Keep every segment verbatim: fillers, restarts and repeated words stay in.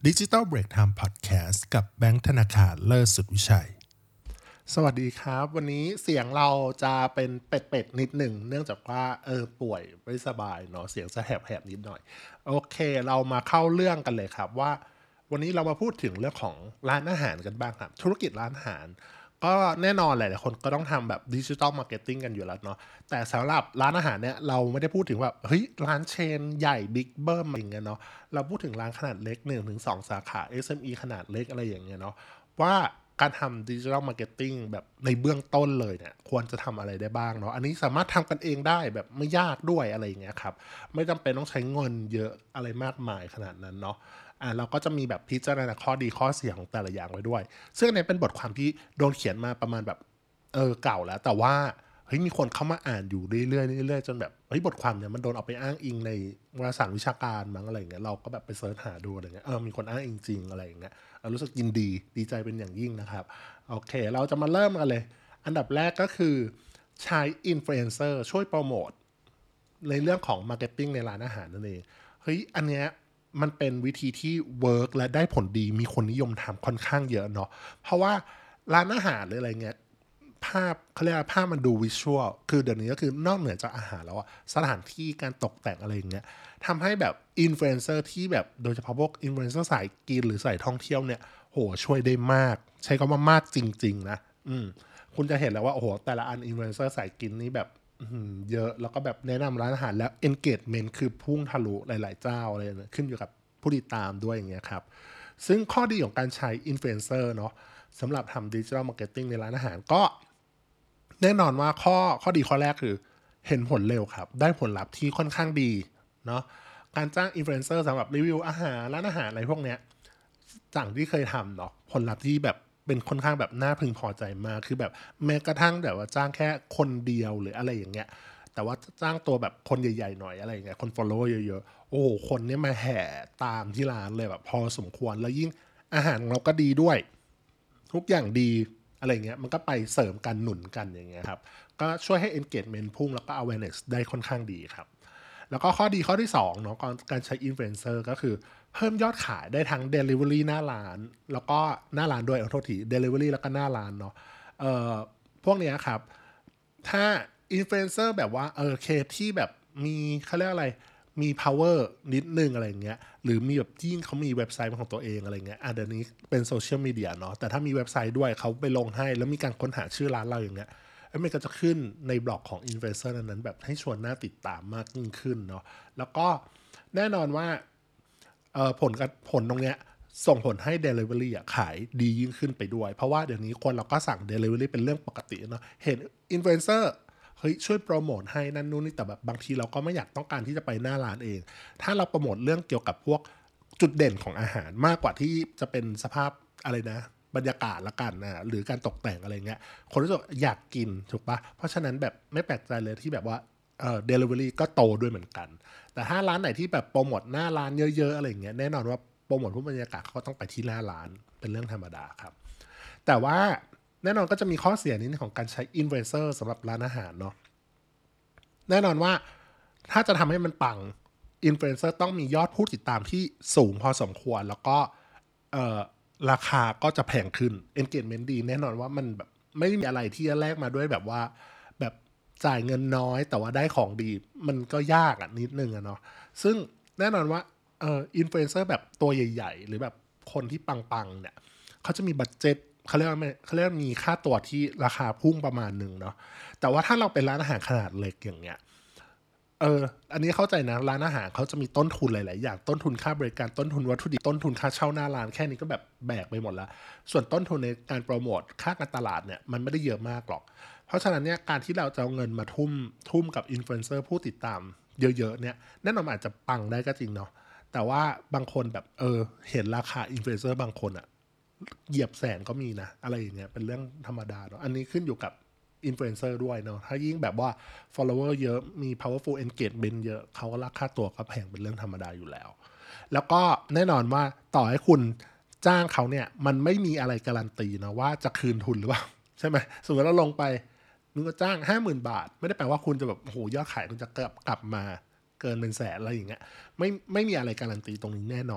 Digital Break Time Podcast กับแบงค์ธนาคารเลิศสุดวิชัยสวัสดีครับวันนี้เสียงเราจะเป็นเป็ดๆนิดหนึ่งเนื่องจากว่าเออป่วยไม่สบายเนาะเสียงจะแหบๆนิดหน่อยโอเคเรามาเข้าเรื่องกันเลยครับว่าวันนี้เรามาพูดถึงเรื่องของร้านอาหารกันบ้างครับธุรกิจร้านอาหารก็แน่นอนหลายๆคนก็ต้องทำแบบดิจิทัลมาร์เก็ตติ้งกันอยู่แล้วเนาะแต่สำหรับร้านอาหารเนี่ยเราไม่ได้พูดถึงแบบเฮ้ยร้านเชนใหญ่บิ๊กเบิ้มอะไรอย่างเงี้ยเนาะเราพูดถึงร้านขนาดเล็ก หนึ่งถึงสอง สาขา เอส เอ็ม อี ขนาดเล็กอะไรอย่างเงี้ยเนาะว่าการทำดิจิทัลมาร์เก็ตติ้งแบบในเบื้องต้นเลยเนี่ยควรจะทำอะไรได้บ้างเนาะอันนี้สามารถทำกันเองได้แบบไม่ยากด้วยอะไรอย่างเงี้ยครับไม่จำเป็นต้องใช้เงินเยอะอะไรมากมายขนาดนั้นเนาะอ่าเราก็จะมีแบบพิจารณาข้อดีข้อเสียของแต่ละอย่างไว้ด้วยซึ่งอันนี้เป็นบทความที่โดนเขียนมาประมาณแบบเออเก่าแล้วแต่ว่าเฮ้ยมีคนเข้ามาอ่านอยู่เรื่อยๆเรื่อยๆจนแบบเฮ้ยบทความเนี่ยมันโดนเอาไปอ้างอิงในวารสารวิชาการมั้งอะไรอย่างเงี้ยเราก็แบบไปเสิร์ชหาดูอะไรเงี้ยเออมีคนอ้างอิงจริงอะไรอย่างเงี้ยเรารู้สึกยินดีดีใจเป็นอย่างยิ่งนะครับโอเคเราจะมาเริ่มกันเลยอันดับแรกก็คือใช้อินฟลูเอนเซอร์ช่วยโปรโมทในเรื่องของมาร์เก็ตติ้งในร้านอาหารนั่นเองเฮ้ยอันเนี้ยมันเป็นวิธีที่เวิร์กและได้ผลดีมีคนนิยมทำค่อนข้างเยอะเนาะเพราะว่าร้านอาหารหรืออะไรเงี้ยภาพเขาเรียกว่าภาพมันดูวิชวลคือเดี๋ยวนี้ก็คือนอกเหนือจากอาหารแล้วอะสถานที่การตกแต่งอะไรอย่างเงี้ยทำให้แบบอินฟลูเอนเซอร์ที่แบบโดยเฉพาะพวกอินฟลูเอนเซอร์สายกินหรือสายท่องเที่ยวเนี่ยโหช่วยได้มากใช้คำว่ามากจริงๆนะอืมคุณจะเห็นแล้วว่าโอ้โหแต่ละอันอินฟลูเอนเซอร์สายกินนี่แบบเยอะแล้วก็แบบแนะนำร้านอาหารแล้ว engagement คือพุ่งทะลุหลายๆเจ้าอะไรเนี่ยขึ้นอยู่กับผู้ติดตามด้วยอย่างเงี้ยครับซึ่งข้อดีของการใช้อินฟลูเอนเซอร์เนาะสำหรับทำดิจิทัลมาร์เก็ตติ้งในร้านอาหารก็แน่นอนว่าข้อข้อดีข้อแรกคือเห็นผลเร็วครับได้ผลลัพธ์ที่ค่อนข้างดีเนาะการจ้างอินฟลูเอนเซอร์สำหรับรีวิวอาหารร้านอาหารอะไรพวกเนี้ยจากที่เคยทำเนาะผลลัพธ์ที่แบบเป็นค่อนข้างแบบน่าพึงพอใจมากคือแบบแม้กระทั่งแบบว่าจ้างแค่คนเดียวหรืออะไรอย่างเงี้ยแต่ว่าจ้างตัวแบบคนใหญ่ๆหน่อยอะไรอย่างเงี้ยคน follow เยอะๆโอ้คนเนี้ยมาแห่ตามที่ร้านเลยแบบพอสมควรแล้วยิ่งอาหารเราก็ดีด้วย ทุกอย่างดีอะไรเงี้ยมันก็ไปเสริมกันหนุนกันอย่างเงี้ยครับก็ช่วยให้ engagement พุ่งแล้วก็ awareness ได้ค่อนข้างดีครับแล้วก็ข้อดีข้อที่สองเนาะการใช้ influencer ก็คือเพิ่มยอดขายได้ทั้ง delivery หน้าร้านแล้วก็หน้าร้านด้วยเอาโทษที delivery แล้วก็หน้าร้านเนาะเอ่อพวกเนี้ยครับถ้า influencer แบบว่าเออเคสที่แบบมีเขาเรียกอะไรมี power นิดนึงอะไรเงี้ยหรือมีแบบที่เขามีเว็บไซต์ของตัวเองอะไรเงี้ยอ่ะเดี๋ยวนี้เป็นโซเชียลมีเดียเนาะแต่ถ้ามีเว็บไซต์ด้วยเขาไปลงให้แล้วมีการค้นหาชื่อร้านเราอย่างเงี้ยแล้วมันก็จะขึ้นในบล็อกของอินฟลูเอนเซอร์นั้นๆแบบให้ชวนน่าติดตามมากยิ่งขึ้นเนาะแล้วก็แน่นอนว่าเอ่อผลกับผลตรงเนี้ยส่งผลให้ Delivery อ่ะขายดียิ่งขึ้นไปด้วยเพราะว่าเดี๋ยวนี้คนเราก็สั่ง Delivery เป็นเรื่องปกติเนาะเห็นอินฟลูเอนเซอร์เฮ้ยช่วยโปรโมทให้นั่นนู่นนี่แต่แบบบางทีเราก็ไม่อยากต้องการที่จะไปหน้าร้านเองถ้าเราโปรโมทเรื่องเกี่ยวกับพวกจุดเด่นของอาหารมากกว่าที่จะเป็นสภาพอะไรนะบรรยากาศละกันนะหรือการตกแต่งอะไรเงี้ยคนรู้สึกอยากกินถูกปะเพราะฉะนั้นแบบไม่แปลกใจเลยที่แบบว่าเอ่อ delivery ก็โตด้วยเหมือนกันแต่ถ้าร้านไหนที่แบบโปรโมทหน้าร้านเยอะๆอะไรเงี้ยแน่นอนว่าโปรโมทพวกบรรยากาศเขาก็ต้องไปที่หน้าร้านเป็นเรื่องธรรมดาครับแต่ว่าแน่นอนก็จะมีข้อเสียนิดนึงของการใช้อินฟลูเอนเซอร์สำหรับร้านอาหารเนาะแน่นอนว่าถ้าจะทำให้มันปังอินฟลูเอนเซอร์ต้องมียอดผู้ติดตามที่สูงพอสมควรแล้วก็เอ่อราคาก็จะแพงขึ้น engagement ดีแน่นอนว่ามันแบบไม่มีอะไรที่จะแลกมาด้วยแบบว่าแบบจ่ายเงินน้อยแต่ว่าได้ของดีมันก็ยากอ่ะนิดนึงอะเนาะซึ่งแน่นอนว่าเอ่ออินฟลูเอนเซอร์แบบตัวใหญ่ๆหรือแบบคนที่ปังๆเนี่ยเขาจะมีบัดเจ็ตเขาเรียกว่าเขาเรียกว่ามีค่าตัวที่ราคาพุ่งประมาณหนึ่งเนาะแต่ว่าถ้าเราเป็นร้านอาหารขนาดเล็กอย่างเงี้ย เอออันนี้เข้าใจนะร้านอาหารเขาจะมีต้นทุนหลายๆอย่างต้นทุนค่าบริการต้นทุนวัตถุดิบต้นทุนค่าเช่าหน้าร้านแค่นี้ก็แบบแบกไปหมดแล้วส่วนต้นทุนในการโปรโมทค่าการตลาดเนี่ยมันไม่ได้เยอะมากหรอกเพราะฉะนั้นเนี่ยการที่เราจะเอาเงินมาทุ่มทุ่มกับอินฟลูเอนเซอร์ผู้ติดตามเยอะๆเนี่ยแน่นอนอาจจะปังได้ก็จริงเนาะแต่ว่าบางคนแบบเออเห็นราคาอินฟลูเอนเซอร์บางคนอะเหยียบแสนก็มีนะอะไรอย่างเงี้ยเป็นเรื่องธรรมดาเนาะอันนี้ขึ้นอยู่กับ อินฟลูเอนเซอร์ด้วยเนาะถ้ายิ่งแบบว่า follower เยอะมี powerful engagement เยอะเขาก็ราคาตัวก็แพงเป็นเรื่องธรรมดาอยู่แล้วแล้วก็แน่นอนว่าต่อให้คุณจ้างเขาเนี่ยมันไม่มีอะไรการันตีนะว่าจะคืนทุนหรือเปล่าใช่ไหมสมมติเราลงไปมึงก็จ้างห้าหมื่นบาทไม่ได้แปลว่าคุณจะแบบโอ้โหยอดขายคุณจะกลับกลับมาเกินเป็นแสนอะไรอย่างเงี้ยไม่ไม่มีอะไรการันตีตรงนี้แน่นอน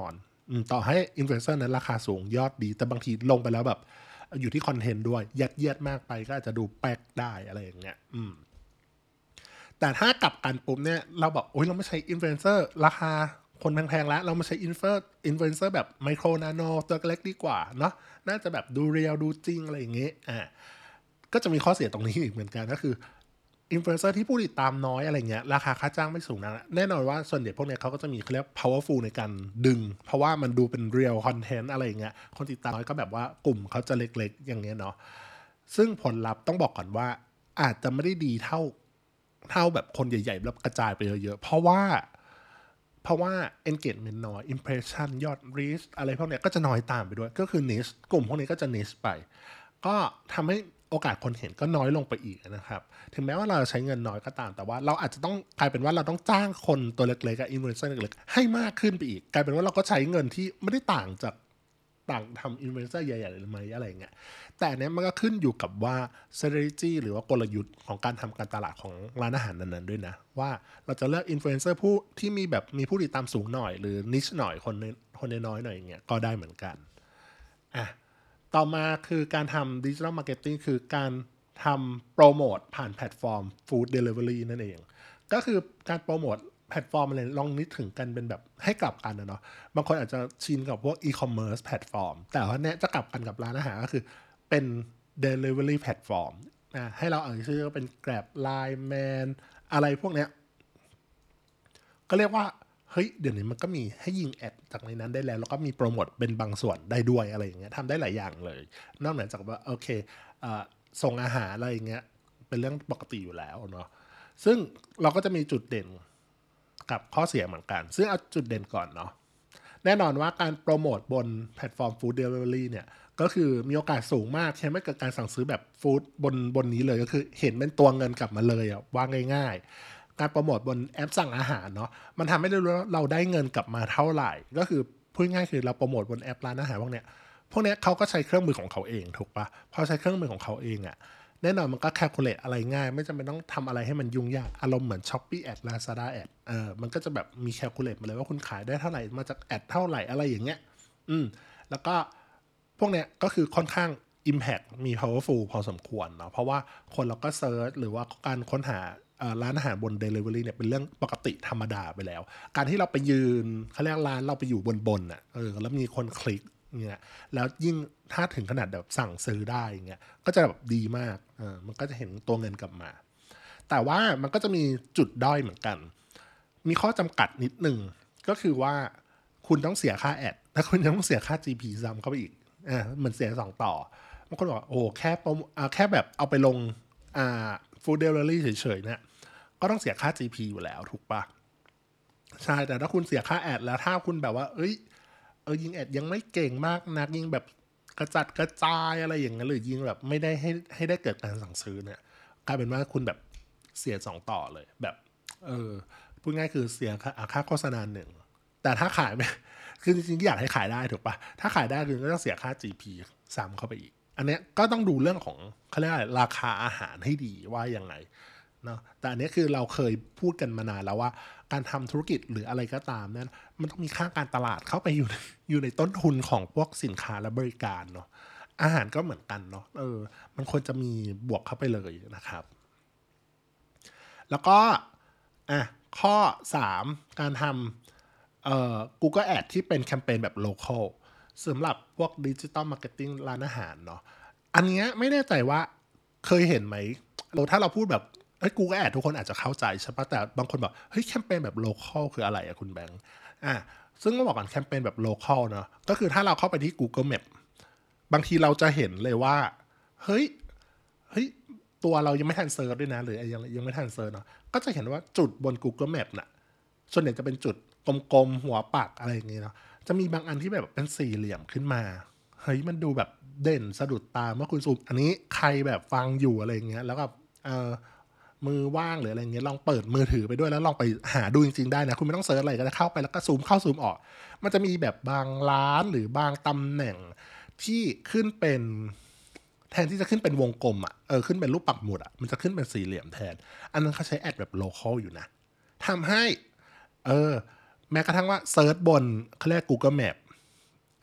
ต่อให้อินฟลูเอนเซอร์นั้นราคาสูงยอดดีแต่บางทีลงไปแล้วแบบอยู่ที่คอนเทนต์ด้วยยัดเยียดมากไปก็อาจจะดูแป๊กได้อะไรอย่างเงี้ยอืมแต่ถ้ากลับกันปุ๊บเนี่ยเราบอกโอ๊ยเราไม่ใช้อินฟลูเอนเซอร์ราคาคนแพงๆแล้วเรามาใช้อินฟลูอินฟลูเอนเซอร์แบบไมโครนาโนตัวเล็กดีกว่าเนาะน่าจะแบบดูเรียลดูจริงอะไรอย่างเงี้ยอ่าก็จะมีข้อเสียตรงนี้อีกเหมือนกันก็คืออินฟลูเอนเซอร์ที่ผู้ติดตามน้อยอะไรเงี้ยราคาค่าจ้างไม่สูงนะแน่นอนว่าส่วนใหญ่พวกเนี้ยเขาก็จะมีเขาเรียก powerful ในการดึงเพราะว่ามันดูเป็น real content อะไรเงี้ยคนติดตามน้อยก็แบบว่ากลุ่มเขาจะเล็กๆอย่างเงี้ยเนาะซึ่งผลลัพธ์ต้องบอกก่อนว่าอาจจะไม่ได้ดีเท่าเท่าแบบคนใหญ่ๆแล้วกระจายไปเยอะๆเพราะว่าเพราะว่า engagement น้อย impression ยอด reach อะไรพวกเนี้ยก็จะน้อยตามไปด้วยก็คือ niche กลุ่มพวกนี้ก็จะ niche ไปก็ทำให้โอกาสคนเห็นก็น้อยลงไปอีกนะครับถึงแม้ว่าเราใช้เงินน้อยก็ตามแต่ว่าเราอาจจะต้องกลายเป็นว่าเราต้องจ้างคนตัวเล็กๆกับอินฟลูเอนเซอร์เล็กๆให้มากขึ้นไปอีกกลายเป็นว่าเราก็ใช้เงินที่ไม่ได้ต่างจากต่างทำอินฟลูเอนเซอร์ใหญ่ๆหรือไม่อะไรเงี้ยแต่เนี้ยมันก็ขึ้นอยู่กับว่า strategy หรือว่ากลยุทธ์ของการทำการตลาดของร้านอาหารนั้นๆด้วยนะว่าเราจะเลือกอินฟลูเอนเซอร์ผู้ที่มีแบบมีผู้ติดตามสูงหน่อยหรือ niche หน่อยคนคนน้อยๆหน่อยอย่างเงี้ยก็ได้เหมือนกันอ่ะต่อมาคือการทำดิจิทัลมาร์เก็ตติ้งคือการทำโปรโมทผ่านแพลตฟอร์มฟู้ดเดลิเวอรี่นั่นเองก็คือการโปรโมทแพลตฟอร์มอะไรลองนึกถึงกันเป็นแบบให้กลับกันนะเนาะบางคนอาจจะชินกับพวกอีคอมเมิร์ซแพลตฟอร์มแต่ว่าเนี้ยจะกลับกันกับร้านอาหารก็คือเป็น Delivery Platform นะให้เราอ่านชื่อเป็น Grab Line Man อะไรพวกเนี้ยก็เรียกว่าเฮ้ยเดี๋ยวนี้มันก็มีให้ยิงแอดจากในนั้นได้แล้วแล้วก็มีโปรโมทเป็นบางส่วนได้ด้วยอะไรอย่างเงี้ยทำได้หลายอย่างเลยนอกเหนือจากว่าโอเคส่งอาหารอะไรอย่างเงี้ยเป็นเรื่องปกติอยู่แล้วเนาะซึ่งเราก็จะมีจุดเด่นกับข้อเสียเหมือนกันซึ่งเอาจุดเด่นก่อนเนาะแน่นอนว่าการโปรโมทบนแพลตฟอร์มฟู้ดเดลิเวอรี่เนี่ยก็คือมีโอกาสสูงมากใช่ไหมเกิดการสั่งซื้อแบบฟู้ดบนบนนี้เลยก็คือเห็นเป็นตัวเงินกลับมาเลยอ่ะว่าง่ายๆการโปรโมทบนแอปสั่งอาหารเนาะมันทำให้เรารู้ว่าเราได้เงินกลับมาเท่าไหร่ก็คือพูดง่ายคือเราโปรโมทบนแอปร้านอาหารพวกเนี้ยพวกเนี้ยเขาก็ใช้เครื่องมือของเขาเองถูกปะพอใช้เครื่องมือของเขาเองอ่ะแน่นอนมันก็แคลคูลเลตอะไรง่ายไม่จำเป็นต้องทำอะไรให้มันยุ่งยากอารมณ์เหมือน Shopee Ad Lazada Ad เออมันก็จะแบบมีแคลคูลเลตมาเลยว่าคุณขายได้เท่าไหร่มาจากแอดเท่าไหร่อะไรอย่างเงี้ยอืมแล้วก็พวกเนี้ยก็คือค่อนข้าง Impact มี powerful พอสมควรเนาะเพราะว่าคนเราก็เซิร์ชหรือว่าการค้นหาร้านอาหารบน Delivery เนี่ยเป็นเรื่องปกติธรรมดาไปแล้วการที่เราไปยืนเขาเรียกร้านเราไปอยู่บนบนอ่ะเออแล้วมีคนคลิกเงี้ยแล้วยิ่งถ้าถึงขนาดแบบสั่งซื้อได้เงี้ยก็จะแบบดีมากเออมันก็จะเห็นตัวเงินกลับมาแต่ว่ามันก็จะมีจุดด้อยเหมือนกันมีข้อจำกัดนิดนึงก็คือว่าคุณต้องเสียค่าแอดและคุณยังต้องเสียค่า จี พี ซ้ำเข้าไปอีกอ่าเหมือนเสียสองต่อบางคนบอกโอ้แค่โปรอ่าแค่แบบเอาไปลงอ่าฟู้ดเดลิเวอรี่เฉยๆเนี่ยก็ต้องเสียค่า จี พี อยู่แล้วถูกปะใช่แต่ถ้าคุณเสียค่าแอดแล้วถ้าคุณแบบว่าเอ้ยเออยิงแอดยังไม่เก่งมากนักยิงแบบกระจัดกระจายอะไรอย่างเงี้ยหรือยิงแบบไม่ได้ให้ให้ได้เกิดการสั่งซื้อเนี่ยกลายเป็นว่าคุณแบบเสียสองต่อเลยแบบเออพูดง่ายคือเสียค่าค่าโฆษณาหนึ่งแต่ถ้าขายไม่คือจริงๆอยากให้ขายได้ถูกปะถ้าขายได้คือก็ต้องเสียค่า จี พี ซ้ำเข้าไปอีกอันเนี้ยก็ต้องดูเรื่องของเขาเรียกอะไรราคาอาหารให้ดีว่ายังไงเนาะแต่อันนี้คือเราเคยพูดกันมานานแล้วว่าการทำธุรกิจหรืออะไรก็ตามเนี่ยมันต้องมีค่าการตลาดเข้าไปอยู่อยู่ในต้นทุนของพวกสินค้าและบริการเนาะอาหารก็เหมือนกันเนาะเออมันควรจะมีบวกเข้าไปเลยนะครับแล้วก็อ่ะข้อสามการทำเอ่อ Google Ads ที่เป็นแคมเปญแบบ local สำหรับพวก Digital Marketing ร้านอาหารเนาะอันเนี้ยไม่แน่ใจว่าเคยเห็นไหมเราถ้าเราพูดแบบเฮ้ย Google Ads ทุกคนอาจจะเข้าใจใช่ปะแต่บางคนบอกเฮ้ยแคมเปญแบบ local คืออะไรอะคุณแบงค์อ่ะซึ่งก็บอกก่อนแคมเปญแบบ local เนาะก็คือถ้าเราเข้าไปที่ Google Map บางทีเราจะเห็นเลยว่าเฮ้ยเฮ้ยตัวเรายังไม่ทันเซิร์ชด้วยนะหรือยังยังไม่ทันเซิร์ชเนาะก็จะเห็นว่าจุดบน Google Map น่ะส่วนใหญ่จะเป็นจุดกลมๆหัวปักอะไรอย่างเงี้ยเนาะจะมีบางอันที่แบบเป็นสี่เหลี่ยมขึ้นมาเฮ้ยมันดูแบบเด่นสะดุดตาเมื่อคุณซูมอันนี้ใครแบบฟังอยู่อะไรอย่างเงี้ยแล้วก็เออมือว่างหรืออะไรเงี้ยลองเปิดมือถือไปด้วยแล้วลองไปหาดูจริงๆได้นะคุณไม่ต้องเซิร์ชอะไรก็ได้เข้าไปแล้วก็ซูมเข้าซูมออกมันจะมีแบบบางร้านหรือบางตำแหน่งที่ขึ้นเป็นแทนที่จะขึ้นเป็นวงกลมอ่ะเออขึ้นเป็นรูปปักหมุดอ่ะมันจะขึ้นเป็นสี่เหลี่ยมแทนอันนั้นเขาใช้แอดแบบโลคอลอยู่นะทำให้เออแม้กระทั่งว่าเซิร์ชบนเขาเรียก Google Map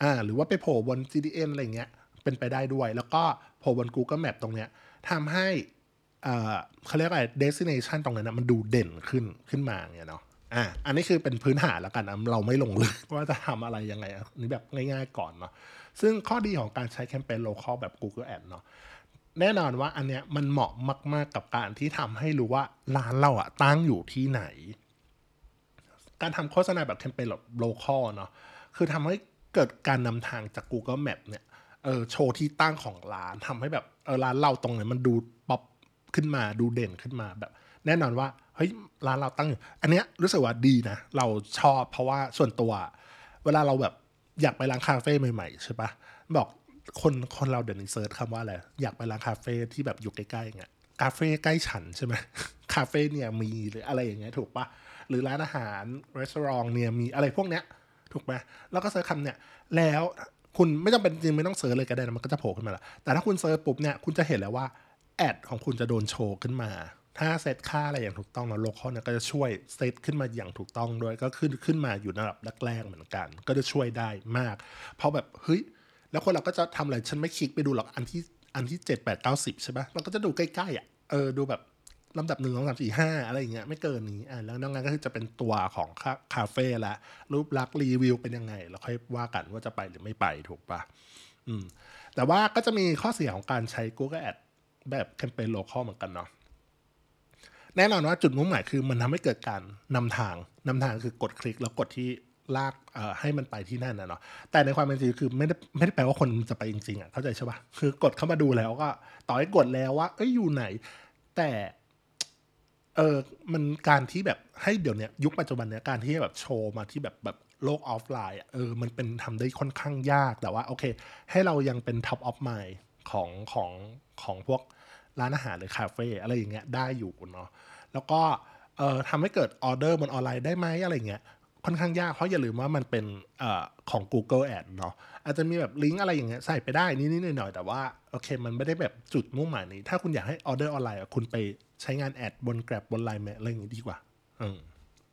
อ่าหรือว่าไปโผล่บน จี ดี เอ็น อะไรเงี้ยเป็นไปได้ด้วยแล้วก็โผล่บน Google Map ตรงเนี้ยทำให้เอ่อเขาเรียกอะไร destination ตรงนั้นนะมันดูเด่นขึ้นขึ้นมาเนี่ยเนาะอ่าอันนี้คือเป็นพื้นฐานแล้วกันนะเราไม่ลงลึกว่าจะทำอะไรยังไงอันนี้แบบง่ายๆก่อนเนาะซึ่งข้อดีของการใช้แคมเปญ local แบบ Google Ads เนาะแน่นอนว่าอันเนี้ยมันเหมาะมากๆกับการที่ทำให้รู้ว่าร้านเราอะตั้งอยู่ที่ไหนการทำโฆษณาแบบแคมเปญแบบ local เนาะคือทำให้เกิดการนำทางจาก Google Map เนี่ยเออโชว์ที่ตั้งของร้านทำให้แบบเออร้านเราตรงไหนมันดูป๊อปขึ้นมาดูเด่นขึ้นมาแบบแน่นอนว่าเฮ้ยร้านเราตั้งอยู่อันเนี้ยรู้สึกว่าดีนะเราชอบเพราะว่าส่วนตัวเวลาเราแบบอยากไปร้านคาเฟ่ใหม่ๆใช่ปะบอกคนคนเราเดี๋ยวนี้เซิร์ชคำว่าอะไรอยากไปร้านคาเฟ่ที่แบบอยู่ใกล้ๆอย่างเงี้ยคาเฟ่ใกล้ฉันใช่ไหม คาเฟ่เนี่ยมีหรืออะไรอย่างเงี้ยถูกปะหรือร้านอาหารร้านเนี่ยมีอะไรพวกเนี้ยถูกไหมแล้วก็เซิร์ชคำเนี่ยแล้วคุณไม่จำเป็นจริงไม่ต้องเซิร์ชเลยก็ได้นะมันก็จะโผล่ขึ้นมาแล้วแต่ถ้าคุณเซิร์ชปุ๊บเนี่ยคุณจะเห็นแล้วว่าแอดของคุณจะโดนโชว์ขึ้นมาถ้าเซตค่าอะไรอย่างถูกต้องแล้วโลคอลเนี่ยก็จะช่วยเซตขึ้นมาอย่างถูกต้องด้วยก็ขึ้นขึ้นมาอยู่ในระดับแรกๆเหมือนกันก็จะช่วยได้มากเพราะแบบเฮ้ยแล้วคนเราก็จะทำอะไรฉันไม่คลิกไปดูหรอกอันที่อันที่เจ็ดแปดเก้าสิบใช่ปะเราก็จะดูใกล้ๆอ่ะเออดูแบบลำดับหนึ่งสองสามสี่ห้าอะไรอย่างเงี้ยไม่เกินนี้อ่าแล้วนอกนั้นก็คือจะเป็นตัวของคาเฟ่ละรูปลักษณ์รีวิวเป็นยังไงแล้วค่อยว่ากันว่าจะไปหรือไม่ไปถูกปะอืมแต่ว่าก็จะมีข้อเสียของการใช้ Google Ads แบบแคมเปญโลคอลเหมือนกันเนาะแน่นอนว่าจุดมุ่งหมายคือมันทำให้เกิดการนำทางนำทางคือกดคลิกแล้วกดที่ลากเอ่อให้มันไปที่นั่นนะเนาะแต่ในความเป็นจริงคือไม่ได้ไม่ได้แปลว่าคนจะไปจริงๆอ่ะเข้าใจใช่ปะคือกดเข้ามาดูแล้วก็ต่อให้กดแล้วว่าเอ้ยอยู่ไหนแต่เออมันการที่แบบให้เดี๋ยวนี้ยุคปัจจุบันเนี้ยการที่แบบโชว์มาที่แบบแบบโลกออฟไลน์อ่ะเออมันเป็นทำได้ค่อนข้างยากแต่ว่าโอเคให้เรายังเป็น top of mind ของของของพวกร้านอาหารหรือคาเฟ่อะไรอย่างเงี้ยได้อยู่เนาะแล้วก็เอ่อทำให้เกิดออเดอร์บนออนไลน์ได้ไหมอะไรเงี้ยค่อนข้างยากเพราะอย่าลืมว่ามันเป็นเอ่อของ Google Ads เนาะอาจจะมีแบบลิงก์อะไรอย่างเงี้ยใส่ไปได้นิดๆหน่อยๆแต่ว่าโอเคมันไม่ได้แบบจุดมุ่งหมายนี้ถ้าคุณอยากให้ออเดอร์ออนไลน์คุณไปใช้งานแอดบน Grab บน ไลน์ อะไรอย่างงี้ดีกว่าอืม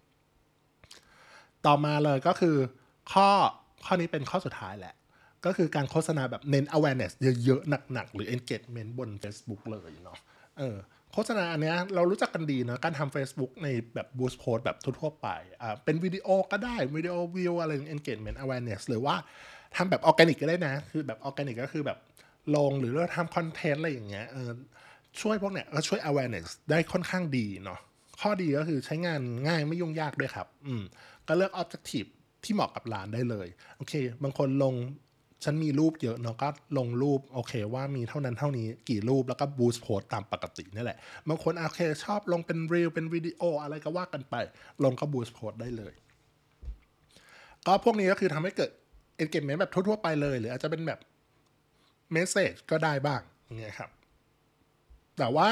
ต่อมาเลยก็คือข้อข้อนี้เป็นข้อสุดท้ายแหละก็คือการโฆษณาแบบเน้น awareness เยอะๆหนักๆหรือ engagement บน Facebook เลยเนาะเออโฆษณาอันเนี้ยเรารู้จักกันดีนะการทำ Facebook ในแบบ boost post แบบทั่วๆไปอ่าเป็นวิดีโอก็ได้วิดีโอวิวอะไร engagement awareness หรือว่าทำแบบออร์แกนิกก็ได้นะคือแบบออร์แกนิกก็คือแบบลงหรือเราทำคอนเทนต์อะไรอย่างเงี้ยเออช่วยพวกเนี้ยก็ช่วย awareness ได้ค่อนข้างดีเนาะข้อดีก็คือใช้งานง่ายไม่ยุ่งยากด้วยครับอืมก็เลือก objective ที่เหมาะกับร้านได้เลยโอเคบางคนลงฉันมีรูปเยอะเนาะก็ลงรูปโอเคว่ามีเท่านั้นเท่านี้กี่รูปแล้วก็บูสต์โพสตามปกตินี่แหละบางคนโอเคชอบลงเป็นรีลเป็นวิดีโออะไรก็ว่ากันไปลงก็บูสต์โพสได้เลยก็พวกนี้ก็คือทำให้เกิด engagement แบบทั่วๆไปเลยหรืออาจจะเป็นแบบเมสเซจก็ได้บ้างอย่างเงี้ยครับแต่ว่า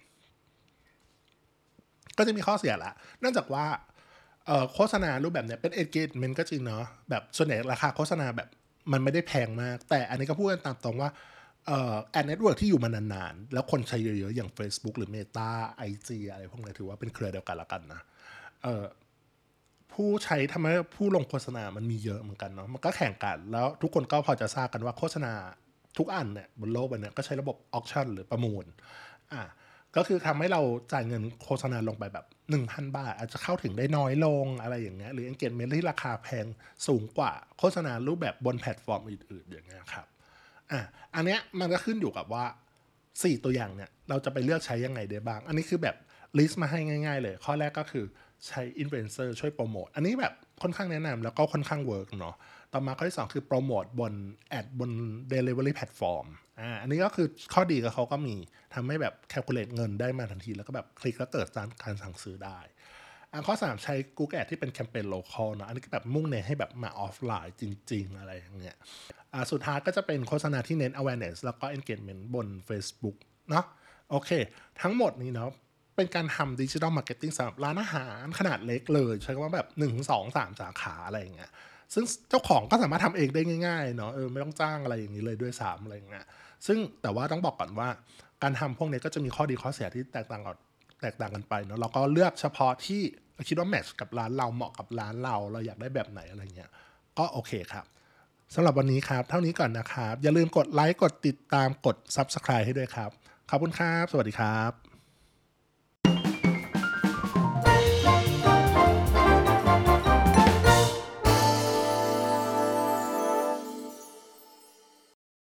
ก็จะมีข้อเสียละเนื่องจากว่าโฆษณารูปแบบเนี้ยเป็น engagement ก็จริงเนาะแบบส่วนใหญ่ราคาโฆษณาแบบมันไม่ได้แพงมากแต่อันนี้ก็พูดกันตามตรงว่าเอ่อแอดเน็ตเวิร์กที่อยู่มานานๆแล้วคนใช้เยอะๆอย่าง Facebook หรือ Meta ไอ จี อะไรพวกนี้ถือว่าเป็นเครือเดียวกันละกันนะเอ่อผู้ใช้ทำให้ผู้ลงโฆษณามันมีเยอะเหมือนกันเนาะมันก็แข่งกันแล้วทุกคนก็พอจะทราบกันว่าโฆษณาทุกอันเนี่ยบนโลกใบนี้ก็ใช้ระบบออ c ชั่นหรือประมูลอ่า ก็คือทำให้เราจ่ายเงินโฆษณาลงไปแบบ หนึ่งพัน บาทอาจจะเข้าถึงได้น้อยลงอะไรอย่างเงี้ยหรือ engagement ที่ราคาแพงสูงกว่าโฆษณารูปแบบบนแพลตฟอร์มอื่นๆอย่างเงี้ยครับอ่ะอันเนี้ยมันก็ขึ้นอยู่กับว่าสี่ตัวอย่างเนี่ยเราจะไปเลือกใช้ยังไงได้บ้างอันนี้คือแบบลิสต์มาให้ง่ายๆเลยข้อแรกก็คือใช้อินฟลูเอนเซอร์ช่วยโปรโมทอันนี้แบบค่อนข้างแนะนำแล้วก็ค่อนข้างเวิร์กเนาะต่อมาข้อที่สองคือโปรโมทบนแอดบน delivery platform อ่าอันนี้ก็คือข้อดีกับเขาก็มีทำให้แบบ calculate เงินได้มาทันทีแล้วก็แบบคลิกแล้วเกิดการสั่งซื้อได้อันข้อสามใช้ Google Ads ที่เป็นแคมเปญ local เนาะอันนี้ก็แบบมุ่งเน้นให้แบบมาออฟไลน์จริงๆอะไรอย่างเงี้ยอ่าสุดท้ายก็จะเป็นโฆษณาที่เน้น awareness แล้วก็ engagement บน Facebook เนาะโอเคทั้งหมดนี้เนาะเป็นการทำดิจิทัลมาร์เก็ตติ้งสำหรับร้านอาหารขนาดเล็กเลยใช้คำว่าแบบหนึ่ง สอง สามสาขาอะไรอย่างเงี้ยซึ่งเจ้าของก็สามารถทำเองได้ง่ายๆเนาะเออไม่ต้องจ้างอะไรอย่างนี้เลยด้วยซ้ำอะไรอย่างเงี้ยซึ่งแต่ว่าต้องบอกก่อนว่าการทำพวกนี้ก็จะมีข้อดีข้อเสียที่แตกต่างกันแตกต่างกันไปเนาะเราก็เลือกเฉพาะที่คิดว่าแมทช์กับร้านเราเหมาะกับร้านเราเราอยากได้แบบไหนอะไรเงี้ยก็โอเคครับสำหรับวันนี้ครับเท่านี้ก่อนนะครับอย่าลืมกดไลค์กดติดตามกด ซับสไครบ์ ให้ด้วยครับขอบคุณครับสวัสดีครับ